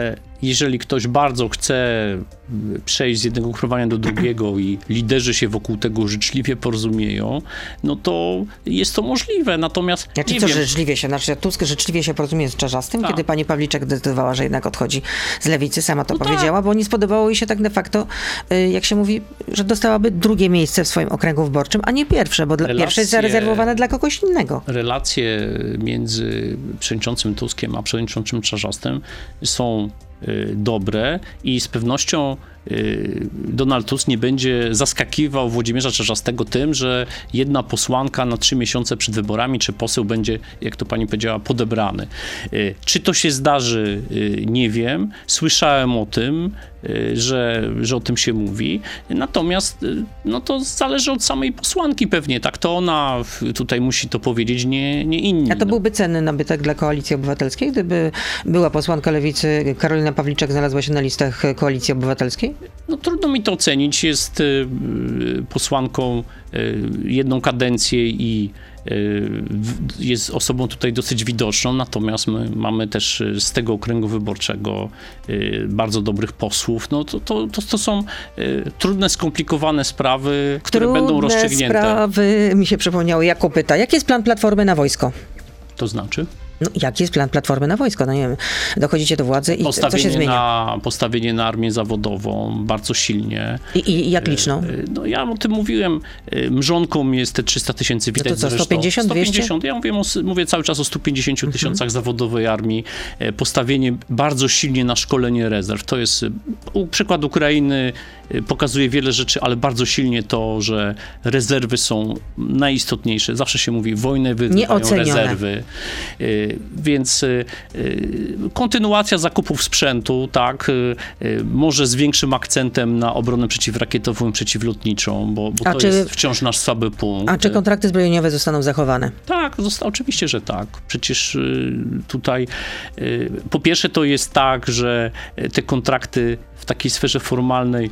jeżeli ktoś bardzo chce przejść z jednego ukrywania do drugiego i liderzy się wokół tego życzliwie porozumieją, no to jest to możliwe. Natomiast Znaczy nie co wiem, życzliwie się? Znaczy Tusk życzliwie się porozumie z Czarzastym, Tak. kiedy pani Pawliczek decydowała, że jednak odchodzi z Lewicy, sama to No powiedziała, bo nie spodobało jej się tak de facto, y, jak się mówi, że dostałaby drugie miejsce w swoim okręgu wyborczym, a nie pierwsze, bo dla, Relacje- pierwsze jest zarezerwowane dla kogoś innego. relacje między przewodniczącym Tuskiem a przewodniczącym Czarzastym są y, dobre i z pewnością y, Donald Tusk nie będzie zaskakiwał Włodzimierza Czarzastego tym, że jedna posłanka na trzy miesiące przed wyborami, czy poseł będzie, jak to pani powiedziała, podebrany. Y, czy to się zdarzy, y, nie wiem. Słyszałem o tym, y, że, że o tym się mówi. Natomiast y, no to zależy od samej posłanki pewnie, tak? To ona w- tutaj musi to powiedzieć, nie, nie inni. A to no. byłby cenny nabytek dla Koalicji Obywatelskiej, gdyby była posłanka Lewicy, Karolina Pawliczek znalazła się na listach Koalicji Obywatelskiej? No trudno mi to ocenić. Jest y, y, posłanką y, jedną kadencję i y, w- jest osobą tutaj dosyć widoczną, natomiast my mamy też y, z tego okręgu wyborczego y, bardzo dobrych posłów. No to, to, to, to są y, trudne, skomplikowane sprawy, które Trudne będą rozstrzygnięte. sprawy, mi się przypomniały, Jakub pyta, jaki jest plan Platformy na wojsko? To znaczy? No, jaki jest plan Platformy na wojsko? No nie wiem, dochodzicie do władzy i co się Postawienie zmienia? na, postawienie na armię zawodową bardzo silnie. I, i, I jak liczną? Y, No ja o tym mówiłem, y, mrzonką jest te trzysta tysięcy, widać No to co, zresztą. sto pięćdziesiąt, dwieście? sto pięćdziesiąt, ja mówię, o, mówię cały czas o stu pięćdziesięciu tysiącach zawodowej armii, y, postawienie bardzo silnie na szkolenie rezerw. To jest, y, u- przykład Ukrainy y, pokazuje wiele rzeczy, ale bardzo silnie to, że rezerwy są najistotniejsze. Zawsze się mówi, wojnę wygrywają Nieocenione. rezerwy. Y, Więc y, y, kontynuacja zakupów sprzętu, tak, y, y, może z większym akcentem na obronę przeciwrakietową i przeciwlotniczą, bo, bo A to czy- jest wciąż nasz słaby punkt. A czy kontrakty zbrojeniowe zostaną zachowane? Tak, zosta- oczywiście, że tak. Przecież y, tutaj y, po pierwsze to jest tak, że y, te kontrakty w takiej sferze formalnej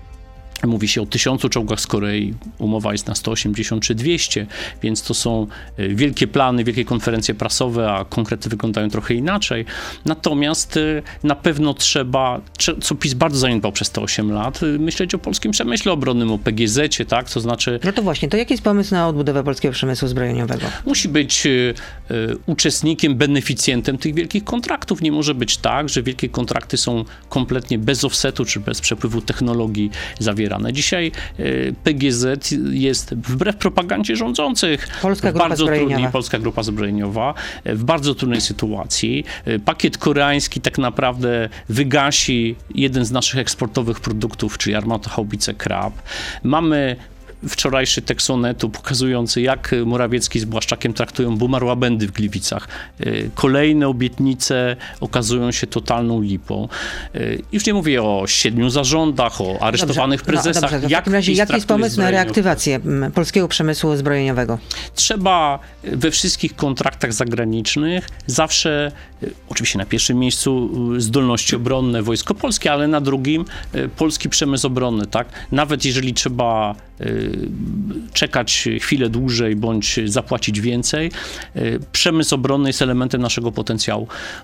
mówi się o tysiącu czołgach z Korei, umowa jest na sto osiemdziesiąt czy dwieście, więc to są y, wielkie plany, wielkie konferencje prasowe, a konkrety wyglądają trochę inaczej. Natomiast y, na pewno trzeba, trze- co PiS bardzo zaniedbał przez te osiem lat, y, myśleć o polskim przemyśle obronnym, o P G zecie, tak, to znaczy No to właśnie, to jaki jest pomysł na odbudowę polskiego przemysłu zbrojeniowego? musi być y, y, uczestnikiem, beneficjentem tych wielkich kontraktów. Nie może być tak, że wielkie kontrakty są kompletnie bez offsetu czy bez przepływu technologii zawierane. Dzisiaj y, P G Z jest wbrew propagandzie rządzących Polska w Grupa bardzo Zbrojeniowa. trudnej, Polska Grupa Zbrojeniowa y, w bardzo trudnej sytuacji. Y, Pakiet koreański tak naprawdę wygasi jeden z naszych eksportowych produktów, czyli armatę haubice Krab. Mamy wczorajszy tekst Sonetu pokazujący, jak Morawiecki z Błaszczakiem traktują bumar łabędy w Gliwicach. Y, Kolejne obietnice okazują się totalną lipą. Y, Już nie mówię o siedmiu zarządach, o aresztowanych Dobrze, prezesach. No, dobrze, to w Jak takim razie PiS jaki jest traktuje pomysł na zbrojeniów? reaktywację mm, polskiego przemysłu zbrojeniowego? Trzeba we wszystkich kontraktach zagranicznych zawsze, y, oczywiście na pierwszym miejscu y, zdolności obronne, Wojsko Polskie, ale na drugim y, polski przemysł obronny, tak? Nawet jeżeli trzeba y, czekać chwilę dłużej bądź zapłacić więcej, y, przemysł obronny jest elementem naszego potencjału.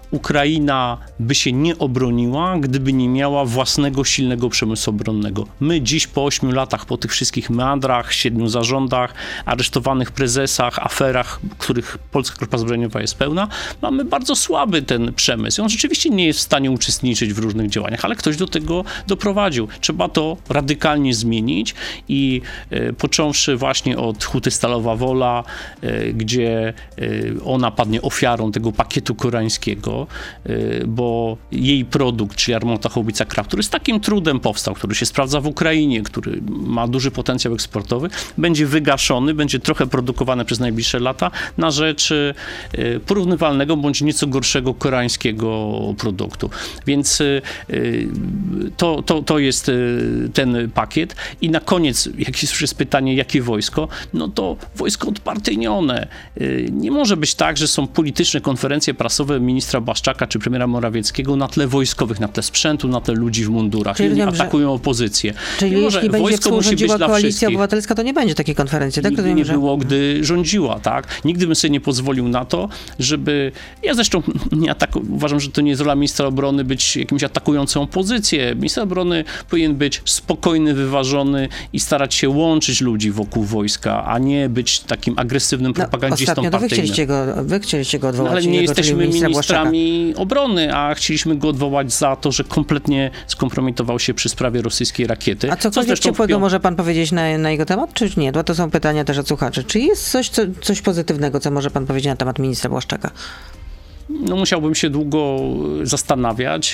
Ukraina by się nie obroniła, gdyby nie miała własnego silnego przemysłu obronnego. My dziś po ośmiu latach, po tych wszystkich meandrach, siedmiu zarządach, aresztowanych prezesach, aferach, których Polska Grupa Zbrojeniowa jest pełna, mamy bardzo słaby ten przemysł. On rzeczywiście nie jest w stanie uczestniczyć w różnych działaniach, ale ktoś do tego doprowadził. Trzeba to radykalnie zmienić i e, począwszy właśnie od Huty Stalowa Wola, e, gdzie e, ona padnie ofiarą tego pakietu koreańskiego, e, bo jej produkt, czyli armata haubica Krab, który z takim trudem powstał, który się sprawdza w Ukrainie, który ma duży potencjał eksportowy, będzie wygaszony, będzie trochę produkowany przez najbliższe lata na rzecz e, porównywalnego bądź nieco gorszego koreańskiego produktu. Więc e, to, to, to jest e, ten pakiet. I na koniec, jak jak już jest pytanie, jakie wojsko, no to wojsko odpartyjnione. Nie może być tak, że są polityczne konferencje prasowe ministra Błaszczaka czy premiera Morawieckiego na tle wojskowych, na tle sprzętu, na tle ludzi w mundurach. Czyli nie atakują opozycję. Czyli nie jeśli może, będzie współrządziła Koalicja wszystkich. Obywatelska, to nie będzie takiej konferencji, tak? Nigdy Rozumiem, nie że... było, gdy rządziła, tak? Nigdy bym sobie nie pozwolił na to, żeby... Ja zresztą nie ataku... uważam, że to nie jest rola ministra obrony być jakimś atakującym opozycję. Minister obrony powinien być spokojny, wyważony i starać się łączyć ludzi wokół wojska, a nie być takim agresywnym propagandzistą no, ostatnio to wy partyjnym. chcieliście go, wy chcieliście go odwołać. No, ale nie niego, jesteśmy ministra ministrami Błaszczaka. obrony, a chcieliśmy go odwołać za to, że kompletnie skompromitował się przy sprawie rosyjskiej rakiety. A cokolwiek co ciepłego wpią... może pan powiedzieć na, na jego temat, czy nie? Bo to są pytania też od słuchaczy. Czy jest coś, co, coś pozytywnego, co może pan powiedzieć na temat ministra Błaszczaka? No musiałbym się długo zastanawiać.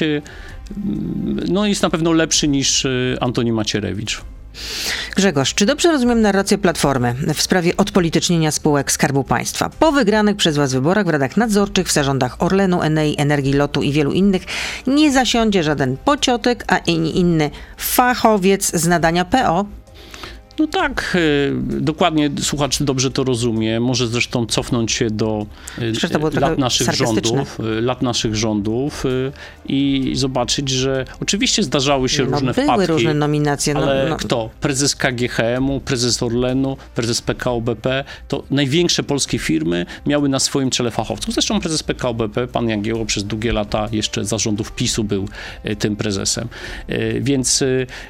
No jest na pewno lepszy niż Antoni Macierewicz. Grzegorz, czy dobrze rozumiem narrację Platformy w sprawie odpolitycznienia spółek Skarbu Państwa? Po wygranych przez was wyborach w radach nadzorczych, w zarządach Orlenu, Enei, Energii, Lotu i wielu innych nie zasiądzie żaden pociotek, a ani inny fachowiec z nadania P O? No tak, dokładnie słuchacz dobrze to rozumie. Może zresztą cofnąć się do lat naszych rządów, lat naszych rządów i zobaczyć, że oczywiście zdarzały się no, różne były wpadki. różne nominacje. Ale no, no. kto? Prezes K G H M u, prezes Orlenu, prezes P K O B P, to największe polskie firmy miały na swoim czele fachowców. Zresztą prezes P K O B P, pan Jagiełło, przez długie lata jeszcze za rządów PiSu był tym prezesem. Więc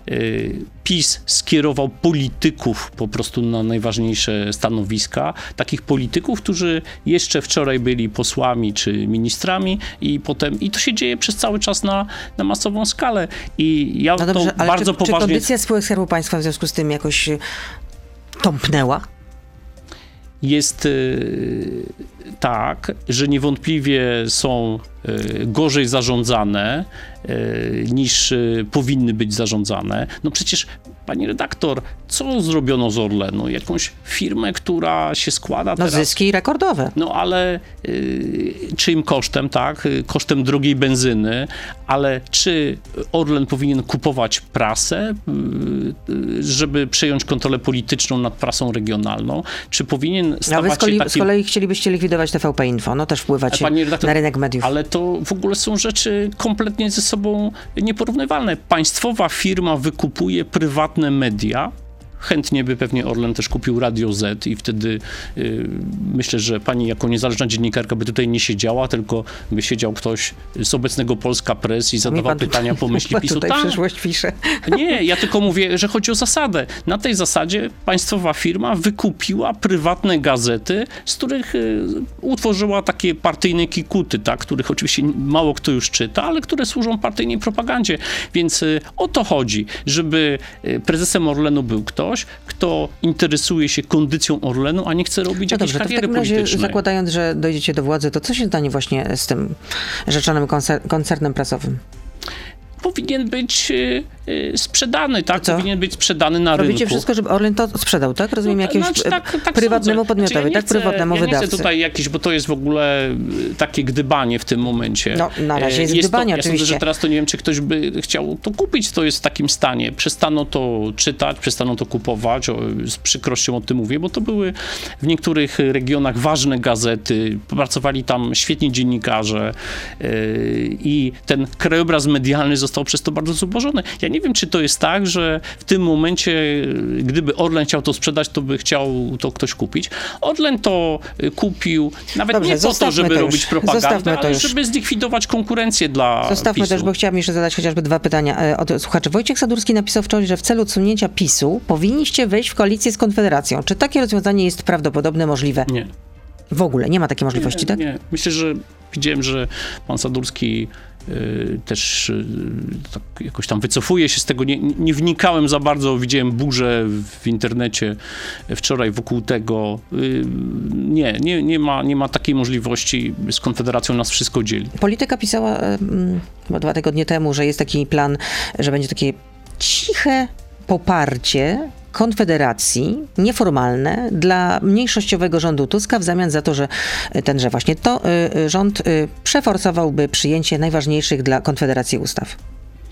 PiS skierował polityków po prostu na najważniejsze stanowiska, takich polityków, którzy jeszcze wczoraj byli posłami czy ministrami i potem, i to się dzieje przez cały czas na, na masową skalę. I ja no dobrze, to ale bardzo czy, poważnie... Czy kondycja spółek Skarbu Państwa w związku z tym jakoś tąpnęła? Jest y, tak, że niewątpliwie są y, gorzej zarządzane y, niż y, powinny być zarządzane. No przecież, pani redaktor, co zrobiono z Orlenu? Jakąś firmę, która się składa no teraz... No zyski rekordowe. No ale y, czyim kosztem, tak? Kosztem drogiej benzyny, ale czy Orlen powinien kupować prasę, y, y, żeby przejąć kontrolę polityczną nad prasą regionalną? Czy powinien stawać A wy z kolei, się takim... z kolei chcielibyście likwidować T V P Info, no też wpływać redaktor, na rynek mediów. Ale to w ogóle są rzeczy kompletnie ze sobą nieporównywalne. Państwowa firma wykupuje prywatne media. Chętnie by pewnie Orlen też kupił Radio Z i wtedy yy, myślę, że pani jako niezależna dziennikarka by tutaj nie siedziała, tylko by siedział ktoś z obecnego Polska Press i zadawał pytania po myśli PiSu. Tutaj tam. przyszłość pisze. Nie, ja tylko mówię, że chodzi o zasadę. Na tej zasadzie państwowa firma wykupiła prywatne gazety, z których y, utworzyła takie partyjne kikuty, tak, których oczywiście mało kto już czyta, ale które służą partyjnej propagandzie. Więc y, o to chodzi, żeby y, prezesem Orlenu był ktoś, kto interesuje się kondycją Orlenu, a nie chce robić no jakiejś dobrze, kariery to w takim razie, politycznej. zakładając, że dojdziecie do władzy, to co się stanie właśnie z tym rzeczonym koncer- koncernem prasowym? Powinien być y, y, sprzedany, tak? Co? Powinien być sprzedany na Robicie rynku. wszystko, żeby Orlen to sprzedał, tak? Rozumiem, No, jakiemuś znaczy, tak, tak prywatnemu sądzę. podmiotowi, Znaczy, ja tak? chcę, Prywatnemu ja wydawcy. nie chcę tutaj jakieś, bo to jest w ogóle takie gdybanie w tym momencie. No, na razie jest, jest gdybanie, to, oczywiście. Ja sądzę, że teraz to nie wiem, czy ktoś by chciał to kupić, to jest w takim stanie. Przestano to czytać, przestano to kupować, o, z przykrością o tym mówię, bo to były w niektórych regionach ważne gazety, pracowali tam świetni dziennikarze yy, i ten krajobraz medialny został przez to bardzo zubożony. Ja nie wiem, czy to jest tak, że w tym momencie, gdyby Orlen chciał to sprzedać, to by chciał to ktoś kupić. Orlen to kupił nawet Dobrze, nie po to, żeby to robić propagandę, ale już. żeby zlikwidować konkurencję dla Zostawmy PiSu. też, bo chciałam jeszcze zadać chociażby dwa pytania od słuchaczy. Wojciech Sadurski napisał wczoraj, że w celu odsunięcia PiSu powinniście wejść w koalicję z Konfederacją. Czy takie rozwiązanie jest prawdopodobne, możliwe? Nie. W ogóle nie ma takiej możliwości, nie, tak? Nie. Myślę, że widziałem, że pan Sadurski y, też y, tak jakoś tam wycofuje się z tego. Nie, nie wnikałem za bardzo, widziałem burzę w internecie wczoraj wokół tego. Y, nie, nie, nie, ma, nie ma takiej możliwości. Z Konfederacją nas wszystko dzieli. Polityka pisała chyba dwa tygodnie temu, że jest taki plan, że będzie takie ciche poparcie Konfederacji, nieformalne, dla mniejszościowego rządu Tuska w zamian za to, że tenże właśnie to y, rząd y, przeforsowałby przyjęcie najważniejszych dla Konfederacji ustaw.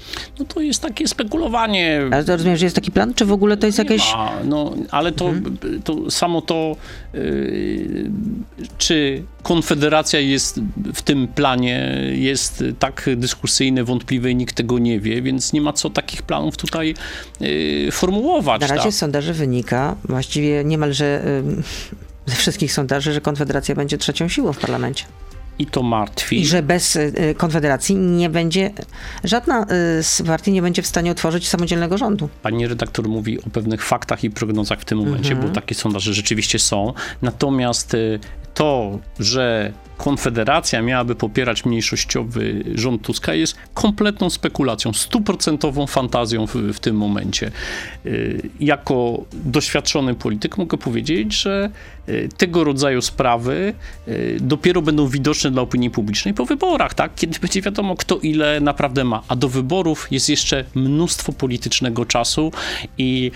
No to jest takie spekulowanie. Ale to rozumiem, że jest taki plan, czy w ogóle to jest Nie jakieś... ma, no, ale to, Mhm. to samo to, yy, czy Konfederacja jest w tym planie, jest tak dyskusyjne, wątpliwe i nikt tego nie wie, więc nie ma co takich planów tutaj yy, formułować. Na razie tak? z sondaży wynika, właściwie niemalże y, ze wszystkich sondaży, że Konfederacja będzie trzecią siłą w parlamencie. I to martwi. I że bez y, Konfederacji nie będzie, żadna y, z partii nie będzie w stanie utworzyć samodzielnego rządu. Pani redaktor mówi o pewnych faktach i prognozach w tym momencie, Mhm. bo takie sondaże rzeczywiście są. Natomiast y, to, że Konfederacja miałaby popierać mniejszościowy rząd Tuska, jest kompletną spekulacją, stuprocentową fantazją w, w tym momencie. Y, Jako doświadczony polityk mogę powiedzieć, że y, tego rodzaju sprawy y, dopiero będą widoczne dla opinii publicznej po wyborach, tak? Kiedy będzie wiadomo, kto ile naprawdę ma. A do wyborów jest jeszcze mnóstwo politycznego czasu i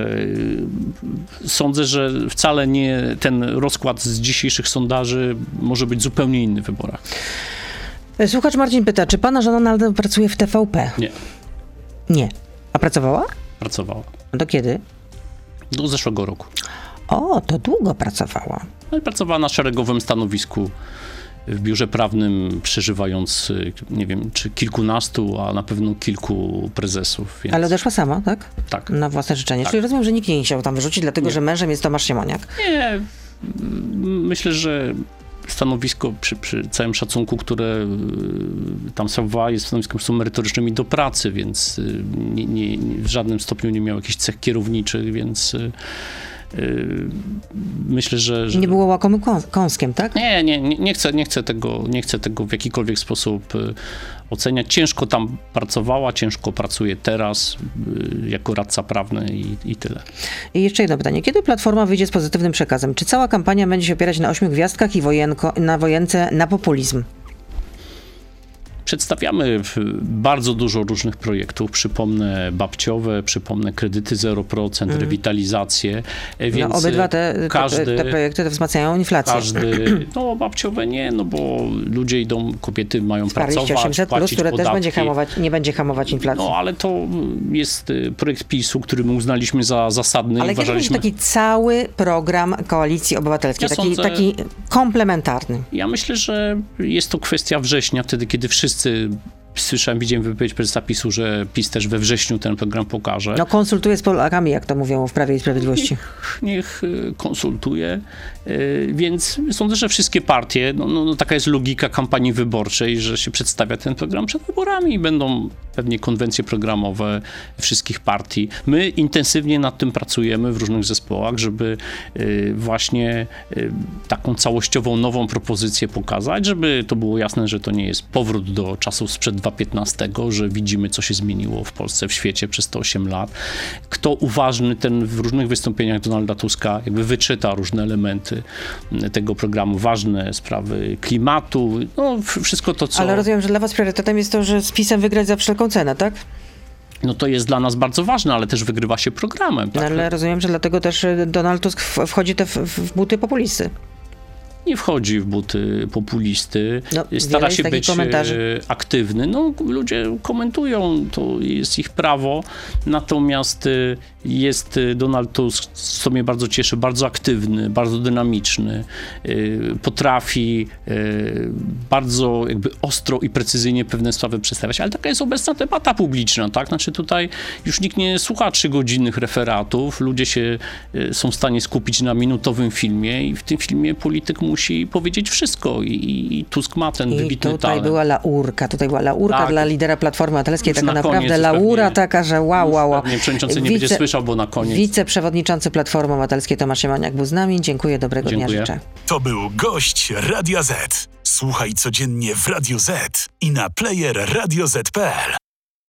y, sądzę, że wcale nie ten rozkład z dzisiejszych sondaży może być zupełnie inny w wyborach. Słuchacz Marcin pyta, czy pana żona nadal pracuje w T V P? Nie, Nie. A pracowała? pracowała. A do kiedy? Do zeszłego roku. O, to długo pracowała. No i pracowała na szeregowym stanowisku w biurze prawnym, przeżywając, nie wiem, czy kilkunastu, a na pewno kilku prezesów. Więc... Ale odeszła sama, tak? Tak. Na własne życzenie. Tak. Czyli rozumiem, że nikt jej nie chciał tam wyrzucić, dlatego Nie. że mężem jest Tomasz Siemoniak. Nie, myślę, że stanowisko przy, przy całym szacunku, które y, tam sprawowała, jest stanowiskiem po prostu merytorycznym i do pracy, więc y, nie, nie, nie, w żadnym stopniu nie miał jakichś cech kierowniczych, więc y, y, myślę, że, że... Nie było łakomym kąs- kąskiem, tak? Nie, nie, nie, nie, chcę, nie, chcę tego, nie chcę tego w jakikolwiek sposób y, oceniać. Ciężko tam pracowała, ciężko pracuje teraz y, jako radca prawny i, i tyle. I jeszcze jedno pytanie. Kiedy Platforma wyjdzie z pozytywnym przekazem? Czy cała kampania będzie się opierać na ośmiu gwiazdkach i wojenko, na wojence, na populizm? Przedstawiamy bardzo dużo różnych projektów. Przypomnę babciowe, przypomnę kredyty zero procent, mm. rewitalizację. Więc no, obydwa te, każdy, te, te projekty te wzmacniają inflację. Każdy, no babciowe nie, no bo ludzie idą, kobiety mają pracować, osiemset plus, płacić które podatki. też będzie hamować, nie będzie hamować inflacji. No ale to jest projekt PiSu, który my uznaliśmy za zasadny. Ale i kiedy będzie uważaliśmy... taki cały program Koalicji Obywatelskiej, Ja taki, sądzę- taki komplementarny? Ja myślę, że jest to kwestia września, wtedy, kiedy wszyscy, słyszałem, widziałem wypowiedź prezesa PiSu, że PiS też we wrześniu ten program pokaże. No konsultuje z Polakami, jak to mówią w Prawie i Sprawiedliwości. Niech, niech y, konsultuje, y, więc sądzę, że wszystkie partie, no, no, no taka jest logika kampanii wyborczej, że się przedstawia ten program przed wyborami i będą pewnie konwencje programowe wszystkich partii. My intensywnie nad tym pracujemy w różnych zespołach, żeby y, właśnie y, taką całościową, nową propozycję pokazać, żeby to było jasne, że to nie jest powrót do czasów sprzed dwa tysiące piętnastego, że widzimy, co się zmieniło w Polsce, w świecie przez te osiem lat. Kto uważny, ten w różnych wystąpieniach Donalda Tuska jakby wyczyta różne elementy tego programu, ważne sprawy klimatu, no wszystko to, co... Ale rozumiem, że dla was priorytetem jest to, że z PiS-em wygrać za wszelką cenę, tak? No to jest dla nas bardzo ważne, ale też wygrywa się programem. Tak? No, ale rozumiem, że dlatego też Donald Tusk w- wchodzi te w, w buty populisty. Nie wchodzi w buty populisty, No, stara wiele się jest takich być komentarzy. e, aktywny. No, ludzie komentują, to jest ich prawo, natomiast e, jest e, Donald Tusk, co mnie bardzo cieszy, bardzo aktywny, bardzo dynamiczny, e, potrafi e, bardzo jakby ostro i precyzyjnie pewne sprawy przedstawiać, ale taka jest obecna debata publiczna, tak? Znaczy tutaj już nikt nie słucha trzygodzinnych referatów, ludzie się e, są w stanie skupić na minutowym filmie i w tym filmie polityk musi musi powiedzieć wszystko i, i Tusk ma ten I wybitny tutaj talent. była laurka, tutaj była laurka Tak. dla lidera Platformy Obywatelskiej, Już taka na naprawdę koniec, już laura pewnie- taka, że wow, wow, wow. Pewnie przewodniczący nie będzie słyszał, bo na koniec... Wiceprzewodniczący Platformy Obywatelskiej Tomasz Siemoniak był z nami. Dziękuję, dobrego Dziękuję. dnia życzę. To był gość Radia Z. Słuchaj codziennie w Radio Z i na player radio zet kropka pe el.